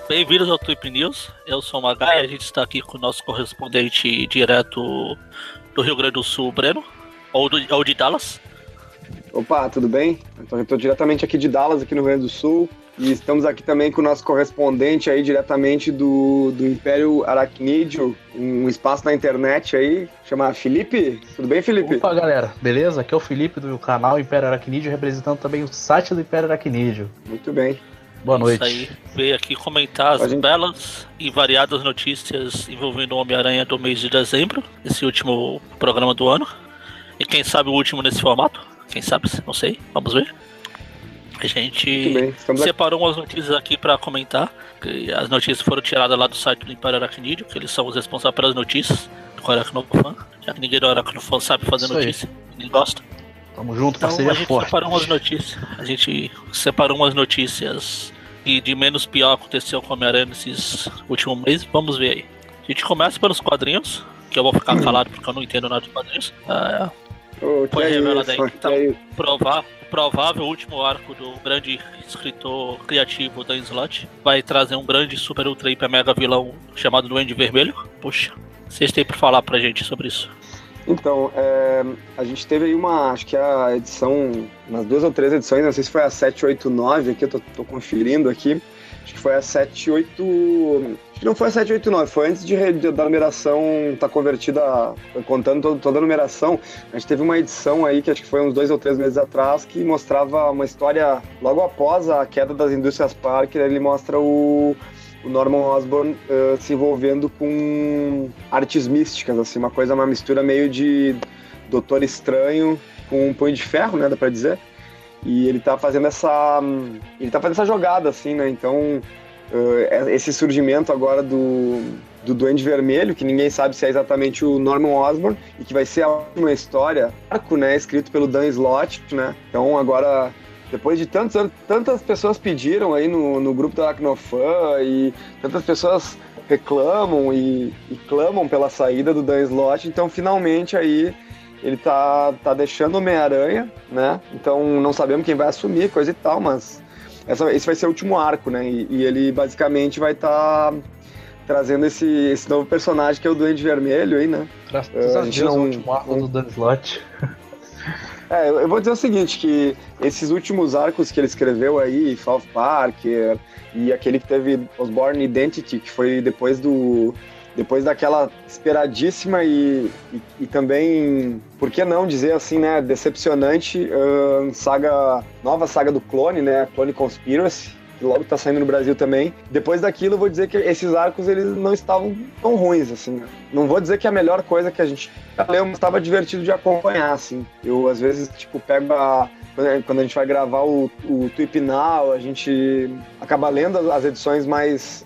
Bem-vindos ao Tweep News, eu sou o Magai e a gente está aqui com o nosso correspondente direto do Rio Grande do Sul, Breno, ou de Dallas. Opa, tudo bem? Então, eu estou diretamente aqui de Dallas, aqui no Rio Grande do Sul, e estamos aqui também com o nosso correspondente aí diretamente do Império Aracnídeo, um espaço na internet aí, chama Felipe. Tudo bem, Felipe? Opa, galera, beleza? Aqui é o Felipe do canal Império Aracnídeo, representando também o site do Império Aracnídeo. Muito bem. Boa noite. Isso aí, veio aqui comentar as belas e variadas notícias envolvendo o Homem-Aranha do mês de dezembro, esse último programa do ano. E quem sabe o último nesse formato? Quem sabe? Não sei, vamos ver. A gente separou umas notícias aqui para comentar. As notícias foram tiradas lá do site do Império Aracnídeo, que eles são os responsáveis pelas notícias do Aracnofan. Já que ninguém do Aracnofan sabe fazer notícia, ninguém gosta. Tamo junto, então, parceria forte. A gente separou umas notícias de menos pior aconteceu com o Homem-Aranha nesses últimos meses. Vamos ver aí. A gente começa pelos quadrinhos, que eu vou ficar calado porque eu não entendo nada de quadrinhos. Foi revelado aí que tá provável último arco do grande escritor criativo Dan Slott. Vai trazer um grande super ultra hiper mega vilão chamado Duende Vermelho. Puxa, vocês têm pra falar pra gente sobre isso? Então, a gente teve aí acho que a edição, umas 2 ou 3 edições, não sei se foi a 789 aqui, eu tô conferindo aqui, acho que foi a 78, acho que não foi a 789, foi antes da numeração tá convertida, contando toda a numeração. A gente teve uma edição aí, que acho que foi uns 2 ou 3 meses atrás, que mostrava uma história logo após a queda das indústrias Parker. Ele mostra o Norman Osborn se envolvendo com artes místicas, assim, uma mistura meio de Doutor Estranho com um Punho de Ferro, né, dá pra dizer. E ele tá fazendo essa jogada, assim, né, então esse surgimento agora do Duende Vermelho, que ninguém sabe se é exatamente o Norman Osborn, e que vai ser a última história, arco, né, escrito pelo Dan Slott, né, então agora... Depois de tantos anos, tantas pessoas pediram aí no grupo da Aracnofan e tantas pessoas reclamam e clamam pela saída do Dan Slott, então finalmente aí ele tá deixando o Homem-Aranha, né? Então não sabemos quem vai assumir, coisa e tal, mas esse vai ser o último arco, né? E ele basicamente vai estar trazendo esse novo personagem que é o Duende Vermelho aí, né? Graças a Deus, o último arco do Dan Slott. Eu vou dizer o seguinte, que esses últimos arcos que ele escreveu aí, South Parker, e aquele que teve Osborn Identity, que foi depois daquela esperadíssima e também, por que não dizer assim, né, decepcionante nova saga do Clone, né, Clone Conspiracy, que logo tá saindo no Brasil também. Depois daquilo, eu vou dizer que esses arcos, eles não estavam tão ruins, assim, né? Não vou dizer que é a melhor coisa que a gente leu, mas estava divertido de acompanhar, assim. Eu, às vezes, pego quando a gente vai gravar o Tweep Now, a gente acaba lendo as edições mais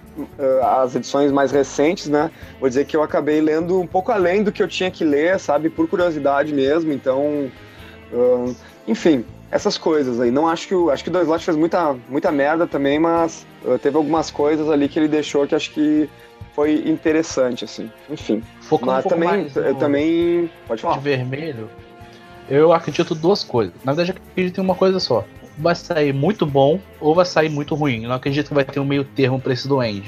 recentes, né? Vou dizer que eu acabei lendo um pouco além do que eu tinha que ler, sabe? Por curiosidade mesmo, então... enfim... Essas coisas aí. Não acho que o Dan Slott fez muita merda também, mas teve algumas coisas ali que ele deixou que acho que foi interessante, assim. Enfim. Mas também pode falar. De Vermelho, eu acredito 2 coisas. Na verdade, eu acredito em uma coisa só. Vai sair muito bom ou vai sair muito ruim. Eu não acredito que vai ter um meio termo pra esse Duende.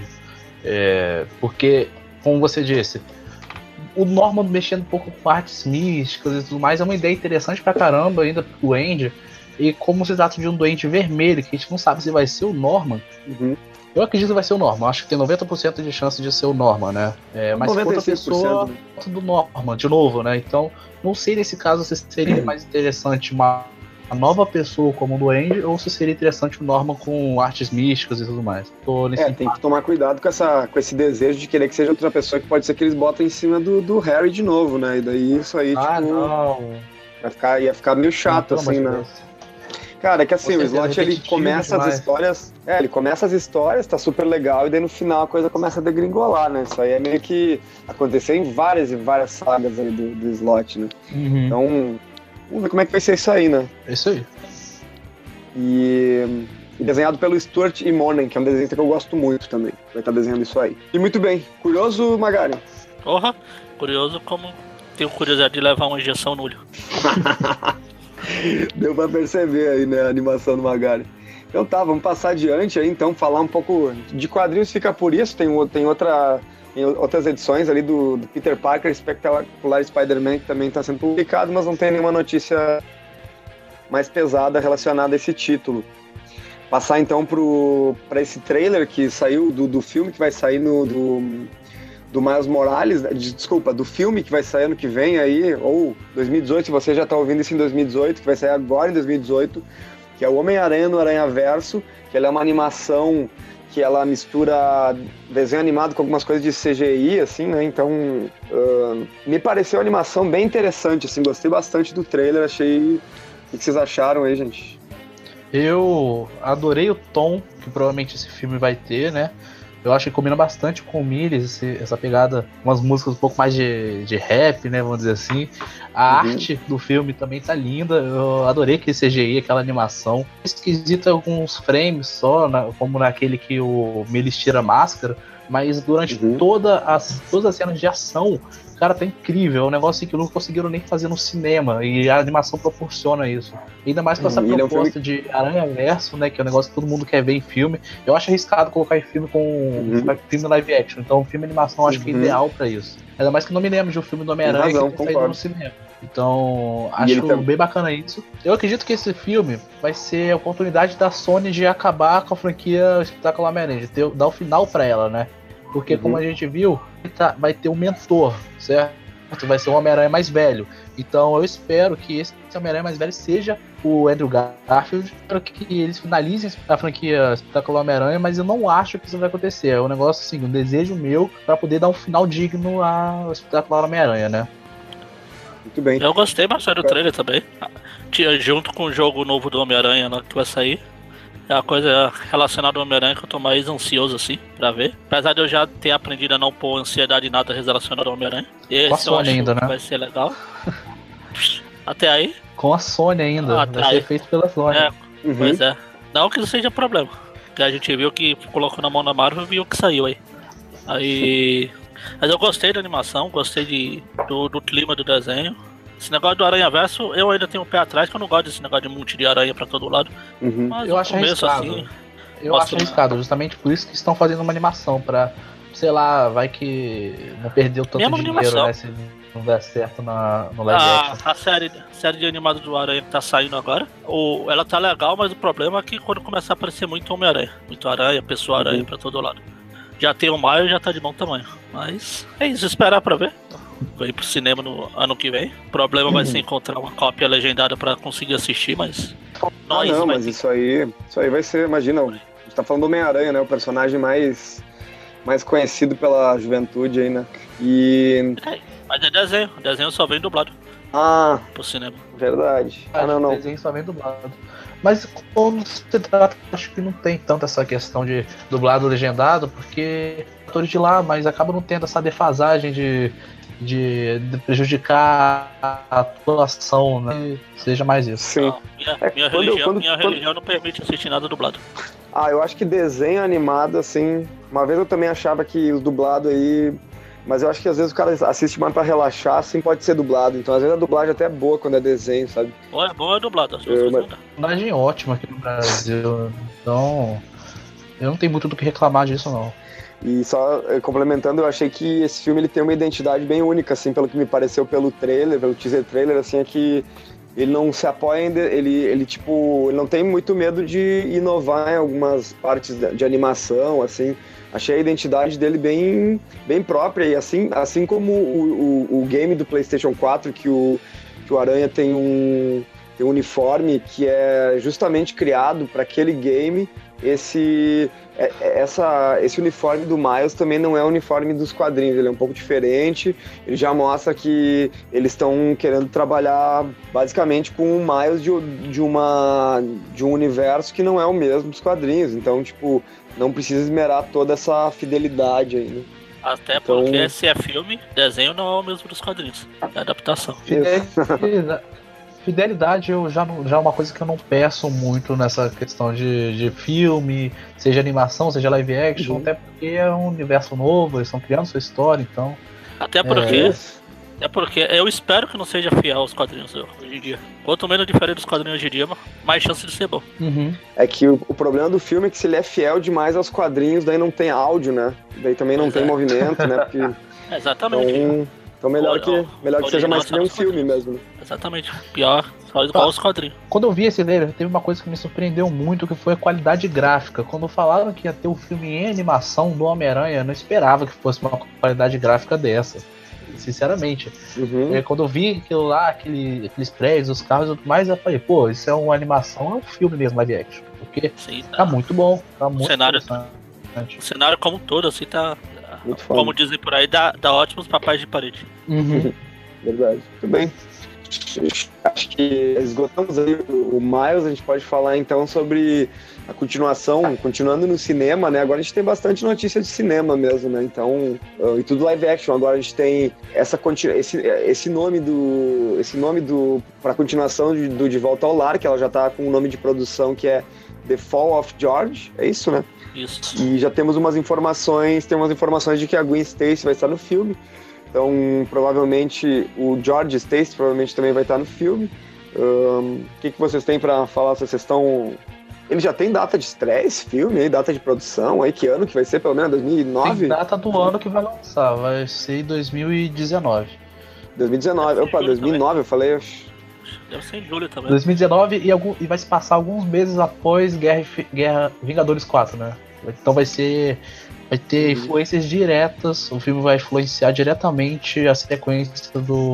Porque, como você disse, o Norman mexendo um pouco com artes místicas e tudo mais é uma ideia interessante pra caramba ainda pro Duende. E como se trata de um Duende Vermelho, que a gente não sabe se vai ser o Norman, eu acredito que vai ser o Norman. Acho que tem 90% de chance de ser o Norman, né? Mas se outra pessoa do Norman, de novo, né? Então, não sei nesse caso se seria mais interessante uma nova pessoa como um Duende ou se seria interessante o Norman com artes místicas e tudo mais. Tem que tomar cuidado com esse desejo de querer que seja outra pessoa, que pode ser que eles botem em cima do Harry de novo, né? E daí isso aí, não. Ia ficar meio chato, não, assim, né? Cara, é que assim, o Slott, ele começa as histórias... ele começa as histórias, tá super legal, e daí no final a coisa começa a degringolar, né? Isso aí é meio que aconteceu em várias e várias sagas aí do Slott, né? Então, vamos ver como é que vai ser isso aí, né? É isso aí. E desenhado pelo Stuart Immonen, que é um desenho que eu gosto muito também. Vai estar desenhando isso aí. E muito bem. Curioso, Magari? Porra, curioso como tenho curiosidade de levar uma injeção no olho. Deu pra perceber aí, né, a animação do Magari. Então tá, vamos passar adiante aí, então, falar um pouco de quadrinhos, fica por isso, tem outras edições ali do Peter Parker, Espetacular Spider-Man, que também está sendo publicado, mas não tem nenhuma notícia mais pesada relacionada a esse título. Passar então para esse trailer que saiu do filme que vai sair do Miles Morales, desculpa, do filme que vai sair ano que vem aí, ou 2018, se você já está ouvindo isso em 2018, que vai sair agora em 2018, que é o Homem-Aranha no Aranhaverso, que ela é uma animação que ela mistura desenho animado com algumas coisas de CGI, assim, né, então me pareceu uma animação bem interessante, assim, gostei bastante do trailer, achei... O que vocês acharam aí, gente? Eu adorei o tom que provavelmente esse filme vai ter, né? Eu acho que combina bastante com o Miles, essa pegada, umas músicas um pouco mais de rap, né? Vamos dizer assim. A arte do filme também tá linda. Eu adorei aquele CGI, aquela animação. Esquisita alguns frames só, como naquele que o Miles tira a máscara. Mas durante todas as cenas de ação, cara, tá incrível. É um negócio que não conseguiram nem fazer no cinema. E a animação proporciona isso. Ainda mais com essa proposta de Aranhaverso, né? Que é um negócio que todo mundo quer ver em filme. Eu acho arriscado colocar em filme com filme live action. Então, filme animação eu acho que é ideal pra isso. Ainda mais que não me lembro de um filme do Homem-Aranha que tem saído no cinema. Então, acho bem bacana isso. Eu acredito que esse filme vai ser a oportunidade da Sony de acabar com a franquia Espetacular Homem-Aranha, de dar o final pra ela, né? Porque, como a gente viu, vai ter um mentor, certo? Vai ser um Homem-Aranha mais velho. Então, eu espero que esse Homem-Aranha mais velho seja o Andrew Garfield, para que eles finalizem a franquia Espetacular Homem-Aranha, mas eu não acho que isso vai acontecer. É um negócio assim, um desejo meu para poder dar um final digno ao Espetacular Homem-Aranha, né? Muito bem. Eu gostei bastante do trailer também. Junto com o jogo novo do Homem-Aranha que vai sair. É a coisa relacionada ao Homem-Aranha que eu tô mais ansioso, assim, pra ver. Apesar de eu já ter aprendido a não pôr ansiedade em nada relacionado ao Homem-Aranha. Esse eu acho ainda, né? Que vai ser legal. Até aí. Com a Sony ainda. Vai ser feito pela Sony. Pois é. Não que isso seja problema. Porque a gente viu que colocou na mão da Marvel e viu que saiu aí. Mas eu gostei da animação, gostei do clima do desenho. Esse negócio do Aranhaverso, eu ainda tenho um pé atrás, que eu não gosto desse negócio de monte de aranha pra todo lado. Mas eu acho arriscado. Assim, eu acho arriscado, justamente por isso que estão fazendo uma animação, pra, sei lá, vai que não perdeu tanto dinheiro, né, se não der certo no live action. A série de animado do Aranha que tá saindo agora, ela tá legal, mas o problema é que quando começar a aparecer muito Homem-Aranha, muito aranha, pessoa aranha pra todo lado. Já tem o Miles, já tá de bom tamanho. Mas é isso, esperar pra ver. Vou ir pro cinema no ano que vem. O problema vai ser encontrar uma cópia legendada pra conseguir assistir, mas... mas isso aí vai ser, imagina, a gente tá falando do Homem-Aranha, né? O personagem mais conhecido pela juventude aí, né? Mas é desenho. O desenho só vem dublado. Pro cinema. Verdade. O desenho só vem dublado. Mas quando se trata, acho que não tem tanto essa questão de dublado ou legendado, porque atores de lá, mas acaba não tendo essa defasagem de prejudicar a atuação, né? Seja mais isso. Sim. Não, minha religião não permite assistir nada dublado. Eu acho que desenho animado, assim... Uma vez eu também achava que o dublado aí... Mas eu acho que às vezes o cara assiste mais pra relaxar, assim, pode ser dublado. Então às vezes a dublagem até é boa quando é desenho, sabe? Boa é dublado. Dublagem ótima aqui no Brasil. Então, eu não tenho muito do que reclamar disso, não. E só complementando, eu achei que esse filme ele tem uma identidade bem única, assim, pelo que me pareceu pelo trailer, pelo teaser trailer, assim, é que ele não se apoia ainda, ele não tem muito medo de inovar em algumas partes de animação, assim. Achei a identidade dele bem própria, e assim como o game do PlayStation 4, que o Aranha tem um uniforme que é justamente criado para aquele game, esse uniforme do Miles também não é o uniforme dos quadrinhos, ele é um pouco diferente, ele já mostra que eles estão querendo trabalhar basicamente com o Miles de um universo que não é o mesmo dos quadrinhos, então, tipo, não precisa esmerar toda essa fidelidade aí, né? Até porque se é filme, desenho não é o mesmo dos quadrinhos, é adaptação. Fidelidade já é uma coisa que eu não peço muito nessa questão de filme, seja animação, seja live action, até porque é um universo novo, eles estão criando sua história, então... Até porque É porque eu espero que não seja fiel aos quadrinhos hoje em dia. Quanto menos diferente dos quadrinhos hoje em dia, mais chance de ser bom. É que o problema do filme é que se ele é fiel demais aos quadrinhos, daí não tem áudio, né? Daí também não tem movimento, né? Porque, exatamente. então melhor que seja mais que nem um filme mesmo. Né? Exatamente. Pior, só igual os quadrinhos. Quando eu vi esse trailer, teve uma coisa que me surpreendeu muito, que foi a qualidade gráfica. Quando falaram que ia ter um filme em animação do Homem-Aranha, eu não esperava que fosse uma qualidade gráfica dessa. Sinceramente. Quando eu vi aquilo lá, aqueles prédios, os carros e tudo mais, eu falei, pô, isso é uma animação, é um filme mesmo, live action. Porque sim, tá muito bom, tá muito o cenário como um todo, assim, tá muito como foda. Dizem por aí, dá ótimos papéis de parede. Verdade. Muito bem. Acho que esgotamos aí o Miles, a gente pode falar então sobre a continuação, continuando no cinema, né? Agora a gente tem bastante notícia de cinema mesmo, né? Então, e tudo live action. Agora a gente tem esse nome para continuação do De Volta ao Lar, que ela já tá com o nome de produção que é The Fall of George, é isso, né? Isso. E já temos umas informações de que a Gwen Stacy vai estar no filme. Então, provavelmente, o George Stacy provavelmente também vai estar no filme. O que vocês têm para falar? Vocês estão... Ele já tem data de estreia, esse filme, aí, data de produção, aí que ano que vai ser, pelo menos 2009? Tem data do ano que vai lançar, vai ser em 2019. 2019, opa, 2009, eu falei... Deve ser em julho também. 2019 e vai se passar alguns meses após Guerra Vingadores 4, né? Então vai ter influências diretas, o filme vai influenciar diretamente a sequência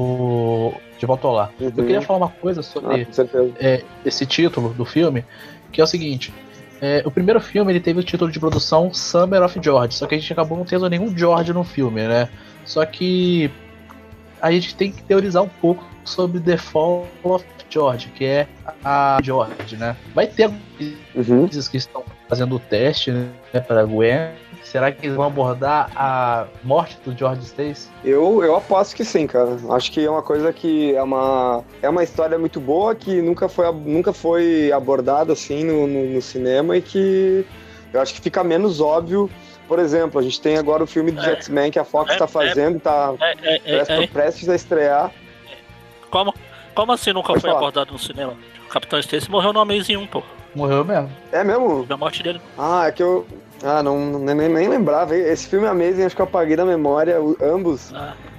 de Volta ao Lar. Eu queria falar uma coisa sobre esse título do filme, que é o seguinte, o primeiro filme ele teve o título de produção Summer of George, só que a gente acabou não tendo nenhum George no filme, né? Só que a gente tem que teorizar um pouco sobre The Fall of George, que é a George, né? Vai ter coisas que estão fazendo o teste, né, para Gwen. Será que eles vão abordar a morte do George Stacy? Eu aposto que sim, cara. Acho que é uma coisa que é uma história muito boa, que nunca foi abordada assim no cinema, e que eu acho que fica menos óbvio. Por exemplo, a gente tem agora o filme do X-Men que a Fox está fazendo, tá prestes a estrear. Como assim nunca foi abordado no cinema? O Capitão Stacy morreu no Amazing 1, pô. Morreu mesmo. É mesmo? A morte dele. É que eu... nem lembrava. Esse filme Amazing, acho que eu apaguei da memória, ambos.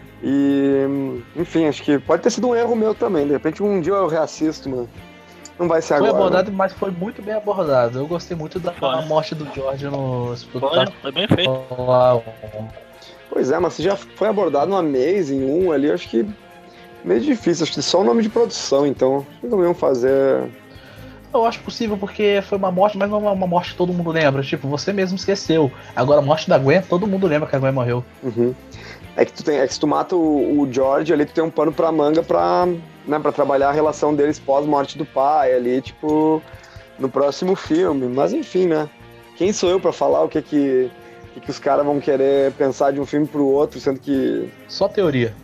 E, enfim, acho que pode ter sido um erro meu também. De repente um dia eu reassisto, mano. Não vai ser agora. Foi abordado, mas foi muito bem abordado. Eu gostei muito da morte do George no... Foi bem feito. Pois é, mas se já foi abordado no Amazing 1 ali, acho que meio difícil. Acho que só o nome de produção, então. O que não iam fazer... Eu acho possível, porque foi uma morte, mas não é uma morte que todo mundo lembra. Tipo, você mesmo esqueceu. Agora, a morte da Gwen, todo mundo lembra que a Gwen morreu. É que se tu mata o George ali, tu tem um pano pra manga pra trabalhar a relação deles pós-morte do pai ali, tipo, no próximo filme. Mas enfim, né? Quem sou eu pra falar o que os caras vão querer pensar de um filme pro outro, sendo que... Só teoria.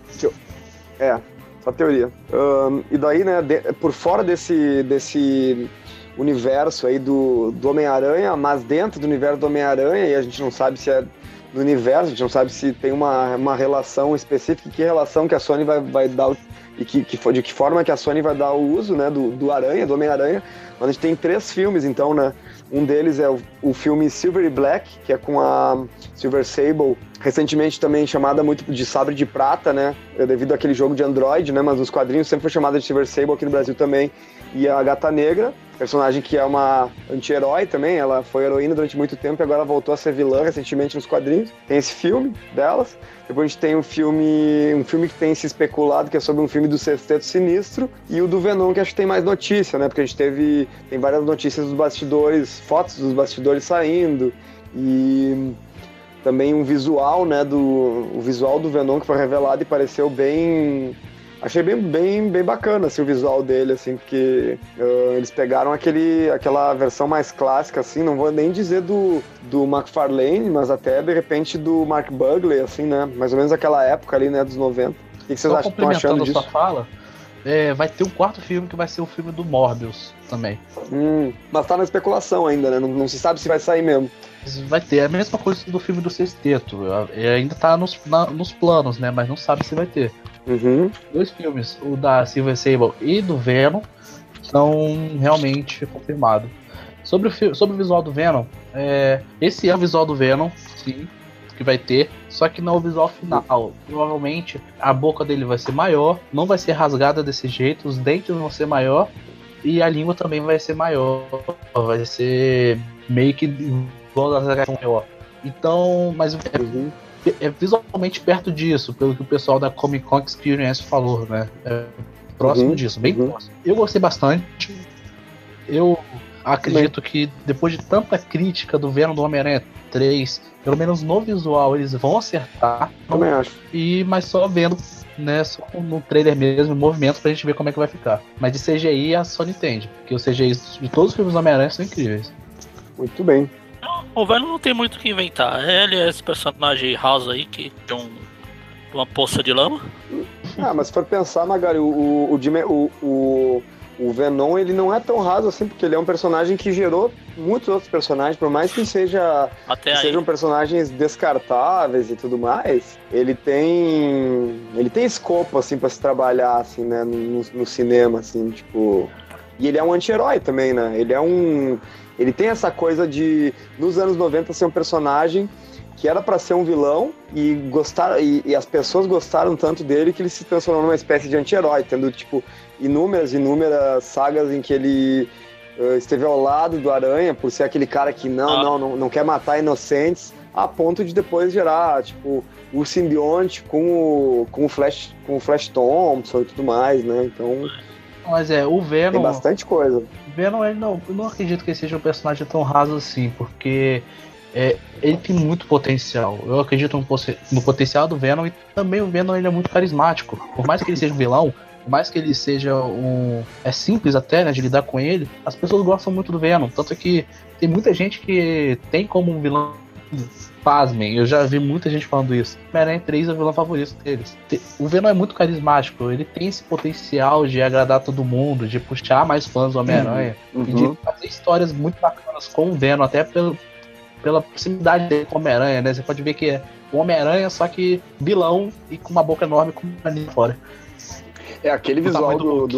Só teoria. E daí, né, por fora desse universo aí do Homem-Aranha, mas dentro do universo do Homem-Aranha, e a gente não sabe se é do universo, a gente não sabe se tem uma relação específica, que relação que a Sony vai dar, e de que forma que a Sony vai dar o uso, né, do Aranha, do Homem-Aranha. Mas a gente tem 3 filmes, então, né? Um deles é o filme Silver e Black, que é com a Silver Sable, recentemente também chamada muito de Sabre de Prata, né? Devido àquele jogo de Android, né? Mas nos quadrinhos sempre foi chamada de Silver Sable aqui no Brasil também. E a Gata Negra, personagem que é uma anti-herói também, ela foi heroína durante muito tempo e agora voltou a ser vilã recentemente nos quadrinhos. Tem esse filme delas. Depois a gente tem um filme que tem se especulado, que é sobre um filme do Sexteto Sinistro, e o do Venom, que acho que tem mais notícia, né? Porque a gente tem várias notícias dos bastidores, fotos dos bastidores saindo, e também um visual, né? O visual do Venom que foi revelado e pareceu bem... Achei bem bacana, assim, o visual dele, assim, porque eles pegaram aquela versão mais clássica, assim, não vou nem dizer do McFarlane, mas até, de repente, do Mark Buckley, assim, né? Mais ou menos aquela época ali, né, dos 90. O que vocês estão achando disso? Sua fala, vai ter um 4º filme que vai ser o filme do Morbius também. Mas tá na especulação ainda, né? Não se sabe se vai sair mesmo. Vai ter a mesma coisa do filme do Sexteto. Ainda tá nos planos, né? Mas não sabe se vai ter. Dois filmes, o da Silver Sable e do Venom, são realmente confirmados. Sobre o visual do Venom, esse é o visual do Venom, sim, que vai ter, só que não é o visual final. Provavelmente a boca dele vai ser maior, não vai ser rasgada desse jeito, os dentes vão ser maior e a língua também vai ser maior, vai ser meio que igual das maior. Então, mas é visualmente perto disso, pelo que o pessoal da Comic Con Experience falou, né? É próximo disso, bem próximo. Eu gostei bastante. Eu acredito que depois de tanta crítica do Venom do Homem-Aranha 3, pelo menos no visual eles vão acertar. Também acho. Mas só vendo, né, só no trailer mesmo, em movimento, pra gente ver como é que vai ficar. Mas de CGI a Sony entende, porque os CGI de todos os filmes do Homem-Aranha são incríveis. Muito bem. O Venom não tem muito o que inventar. Ele é esse personagem raso aí que tem uma poça de lama. Mas se for pensar, Magari, o Venom, ele não é tão raso assim, porque ele é um personagem que gerou muitos outros personagens, por mais que sejam personagens descartáveis e tudo mais, ele tem escopo, assim, pra se trabalhar, assim, né, no cinema, assim, tipo... E ele é um anti-herói também, né? Ele tem essa coisa de, nos anos 90, ser um personagem que era pra ser um vilão e as pessoas gostaram tanto dele que ele se transformou numa espécie de anti-herói, tendo, tipo, inúmeras sagas em que ele esteve ao lado do Aranha por ser aquele cara que não quer matar inocentes, a ponto de depois gerar, tipo, o simbionte com o Flash Thompson e tudo mais, né? Então... Mas o Venom... Tem bastante coisa. O Venom, eu não acredito que ele seja um personagem tão raso assim, porque ele tem muito potencial. Eu acredito no potencial do Venom, e também o Venom, ele é muito carismático. Por mais que ele seja um vilão, por mais que ele seja é simples até, né, de lidar com ele, as pessoas gostam muito do Venom. Tanto que tem muita gente que tem como um vilão... Pasmem, eu já vi muita gente falando isso. Homem-Aranha 3 é o vilão favorito deles. O Venom é muito carismático, ele tem esse potencial de agradar todo mundo, de puxar mais fãs do Homem-Aranha, e de fazer histórias muito bacanas com o Venom, até pela proximidade dele com o Homem-Aranha, né? Você pode ver que é o Homem-Aranha, só que vilão e com uma boca enorme com uma linha fora. É aquele visual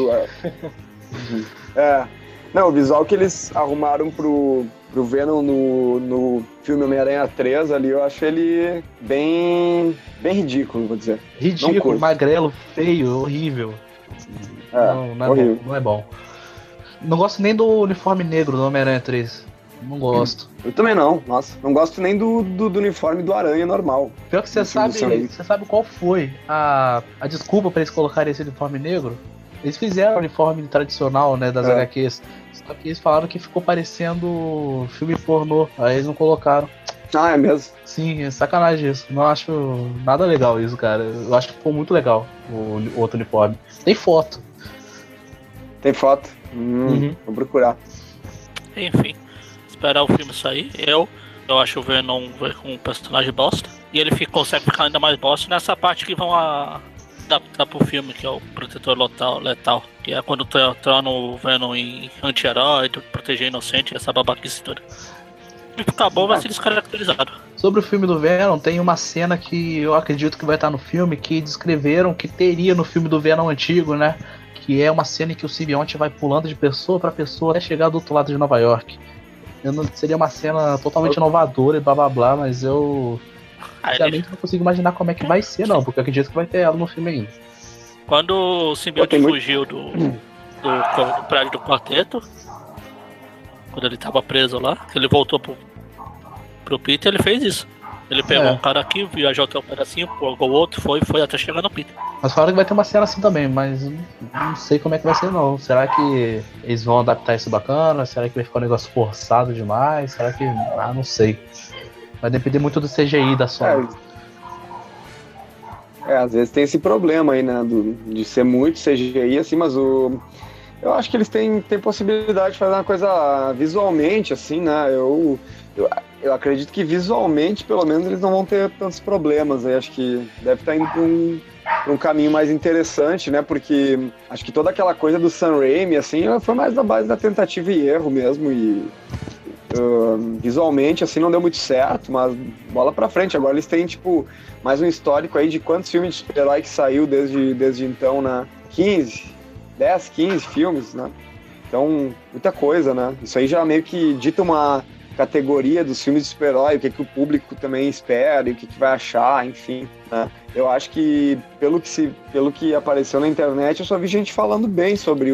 Não, o visual que eles arrumaram pro Venom no filme Homem-Aranha 3 ali, eu acho ele bem ridículo, vou dizer. Ridículo, magrelo, feio, horrível. Não é bom. Não gosto nem do uniforme negro do Homem-Aranha 3. Não gosto. Eu também não, nossa. Não gosto nem do uniforme do Aranha normal. Pior que você sabe qual foi a desculpa pra eles colocarem esse uniforme negro? Eles fizeram o uniforme tradicional, né, das HQs. Só que eles falaram que ficou parecendo filme pornô. Aí eles não colocaram. É mesmo? Sim, é sacanagem isso. Não acho nada legal isso, cara. Eu acho que ficou muito legal o outro uniforme. Tem foto. Tem foto? Vou procurar. Enfim, esperar o filme sair. Eu acho o Venom um personagem bosta. E ele consegue ficar ainda mais bosta nessa parte que vão adaptar pro filme, que é o Protetor Letal, que é quando torna o Venom em anti-herói, proteger inocente, essa babaquice toda. E ficar bom vai ser descaracterizado. Sobre o filme do Venom, tem uma cena que eu acredito que vai estar no filme, que descreveram que teria no filme do Venom antigo, né? Que é uma cena em que o simbionte vai pulando de pessoa para pessoa até chegar do outro lado de Nova York. Seria uma cena totalmente inovadora e blá blá blá, mas eu... Sinceramente não consigo imaginar como é que vai ser, não, porque eu acredito que vai ter ela no filme ainda. Quando o simbionte fugiu do prédio do quarteto, quando ele tava preso lá, ele voltou pro Peter, ele fez isso. Ele pegou um cara aqui, viajou até um pedacinho, pegou o outro, foi até chegar no Peter. Mas falaram que vai ter uma cena assim também, mas não sei como é que vai ser, não. Será que eles vão adaptar isso bacana? Será que vai ficar um negócio forçado demais? Será que... não sei. Vai depender muito do CGI da Sony. Às vezes tem esse problema aí, né, de ser muito CGI, assim, mas eu acho que eles têm possibilidade de fazer uma coisa visualmente, assim, né, eu acredito que visualmente, pelo menos, eles não vão ter tantos problemas, aí acho que deve estar indo para um caminho mais interessante, né, porque acho que toda aquela coisa do Sam Raimi, assim, foi mais na base da tentativa e erro mesmo, e visualmente, assim, não deu muito certo, mas bola pra frente. Agora eles têm, tipo, mais um histórico aí de quantos filmes de super-herói que saiu desde então, né? 10, 15 filmes, né? Então, muita coisa, né? Isso aí já meio que dita uma categoria dos filmes de super-herói, o que o público também espera e o que vai achar, enfim, né? Eu acho que, pelo que apareceu na internet, eu só vi gente falando bem sobre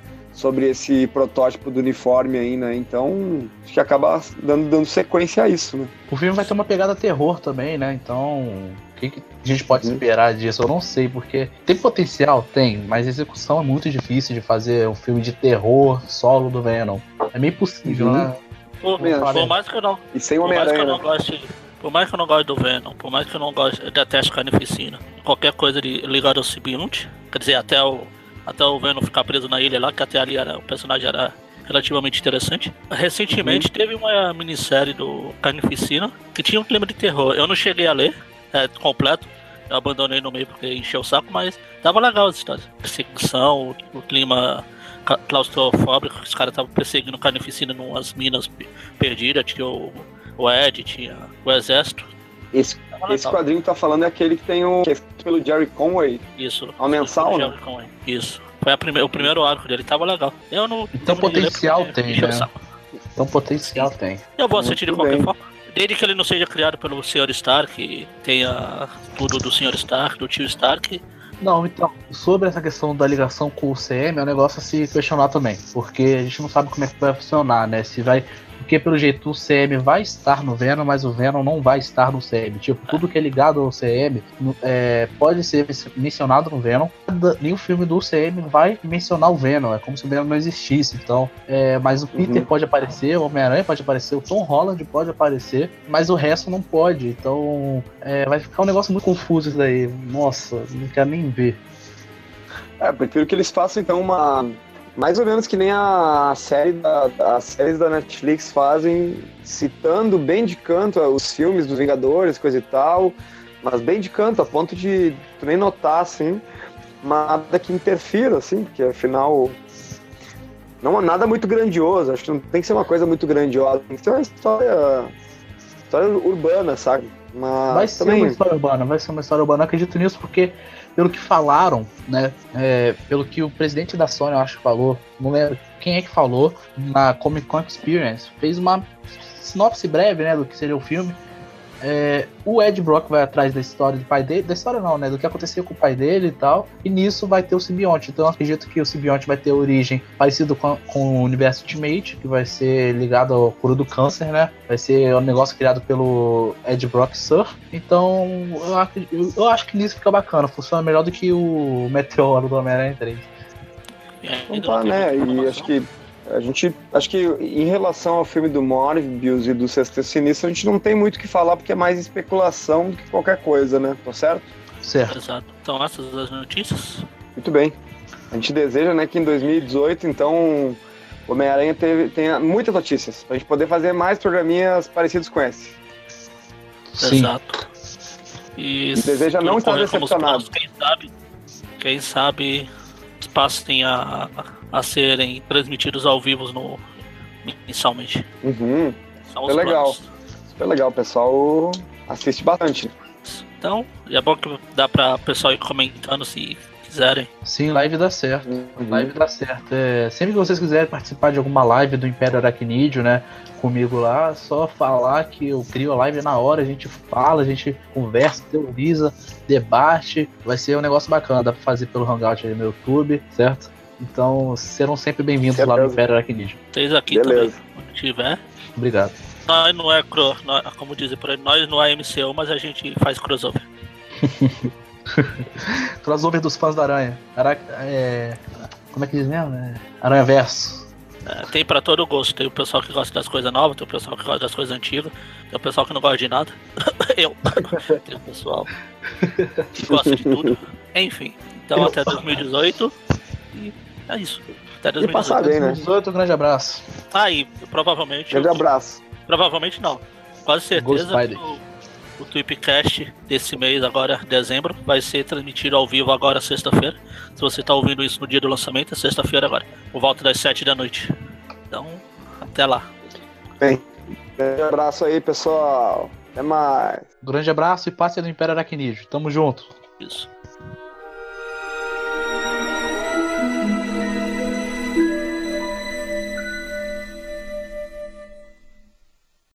esse protótipo do uniforme aí, né? Então, acho que acaba dando sequência a isso, né? O filme vai ter uma pegada terror também, né? Então, o que a gente pode esperar disso? Eu não sei, porque tem potencial? Tem, mas a execução é muito difícil de fazer um filme de terror solo do Venom. É meio impossível, né? Por mais que eu não... E sem Homem-Aranha, né? Por mais que eu não goste do Venom, por mais que eu não goste, eu detesto carnificina, qualquer coisa ligada ao simbionte, quer dizer, até o Venom ficar preso na ilha lá, que até ali o personagem era relativamente interessante. Recentemente teve uma minissérie do Carnificina que tinha um clima de terror. Eu não cheguei a ler completo, eu abandonei no meio porque encheu o saco, mas tava legal as histórias. Perseguição, o clima claustrofóbico, os caras estavam perseguindo Carnificina em umas minas perdidas, tinha o Ed, tinha o exército. Esse quadrinho que tá falando é aquele que tem que é escrito pelo Jerry Conway. Isso. Ao mensal, né? Jerry Conway. Isso. Foi o primeiro arco dele, tava legal. Eu não. Então potencial tem, né? Então potencial tem. Eu vou assistir de qualquer forma. Desde que ele não seja criado pelo Sr. Stark, tenha tudo do Sr. Stark, do tio Stark. Não, então, sobre essa questão da ligação com o CM, é um negócio a se questionar também. Porque a gente não sabe como é que vai funcionar, né? Porque, pelo jeito, o CM vai estar no Venom, mas o Venom não vai estar no CM. Tipo, tudo que é ligado ao CM pode ser mencionado no Venom. Nenhum filme do CM vai mencionar o Venom. É como se o Venom não existisse. Então, mas o Peter pode aparecer, o Homem-Aranha pode aparecer, o Tom Holland pode aparecer, mas o resto não pode. Então, vai ficar um negócio muito confuso isso daí. Nossa, não quero nem ver. Prefiro que eles façam, então, mais ou menos que nem as séries da Netflix fazem, citando bem de canto os filmes dos Vingadores, coisa e tal, mas bem de canto, a ponto de tu nem notar, assim, nada que interfira, assim, porque afinal não é nada muito grandioso, acho que não tem que ser uma coisa muito grandiosa, tem que ser uma história urbana, sabe? Mas vai ser uma história urbana, eu acredito nisso, porque pelo que falaram, né, pelo que o presidente da Sony, eu acho que falou, não lembro quem é que falou, na Comic Con Experience, fez uma sinopse breve, né, do que seria o filme. O Ed Brock vai atrás da história do pai dele, da história não, né, do que aconteceu com o pai dele e tal, e nisso vai ter o simbionte. Então eu acredito que o simbionte vai ter origem parecido com o universo Ultimate, que vai ser ligado ao cura do câncer, né, vai ser um negócio criado pelo Ed Brock Sr. Então eu acho que nisso fica bacana, funciona melhor do que o Meteoro do Homem-Aranha 3. Então né, e acho que em relação ao filme do Morbius e do Sexteto Sinistro, a gente não tem muito o que falar, porque é mais especulação do que qualquer coisa, né? Tá certo? Certo. Exato. Então essas as notícias. Muito bem. A gente deseja, né, que em 2018, então, o Homem-Aranha tenha muitas notícias, pra gente poder fazer mais programinhas parecidos com esse. Sim. Exato. E deseja não estar decepcionado. Quem sabe passem a serem transmitidos ao vivo mensalmente. Super legal. Super legal, o pessoal assiste bastante. Então, é bom que dá pra o pessoal ir comentando se quiserem. Sim, live dá certo. Live dá certo. Sempre que vocês quiserem participar de alguma live do Império Aracnídeo, né, comigo lá, é só falar que eu crio a live na hora, a gente fala, a gente conversa, teoriza, debate. Vai ser um negócio bacana, dá pra fazer pelo Hangout aí no YouTube, certo? Então serão sempre bem-vindos lá no Império Aracnídeo. Vocês aqui também, quando tiver. Obrigado. Nós não como dizem por aí, nós não é MCU, mas a gente faz crossover. Crossover dos fãs da Aranha. Como é que diz mesmo? Aranha Verso. Tem pra todo gosto. Tem o pessoal que gosta das coisas novas, tem o pessoal que gosta das coisas antigas, tem o pessoal que não gosta de nada. Eu. Tem o pessoal que gosta de tudo. Enfim, então até 2018. E é isso. Até 2018. E passar bem, né? 2018, um grande abraço. E provavelmente. Grande abraço. Provavelmente não. Quase certeza que o Tweepcast desse mês, agora, dezembro, vai ser transmitido ao vivo agora, sexta-feira. Se você tá ouvindo isso no dia do lançamento, é sexta-feira agora. Por volta das 7 da noite. Então, até lá. Bem, grande abraço aí, pessoal. Até mais. Grande abraço e passe no Império Aracnídeo. Tamo junto. Isso.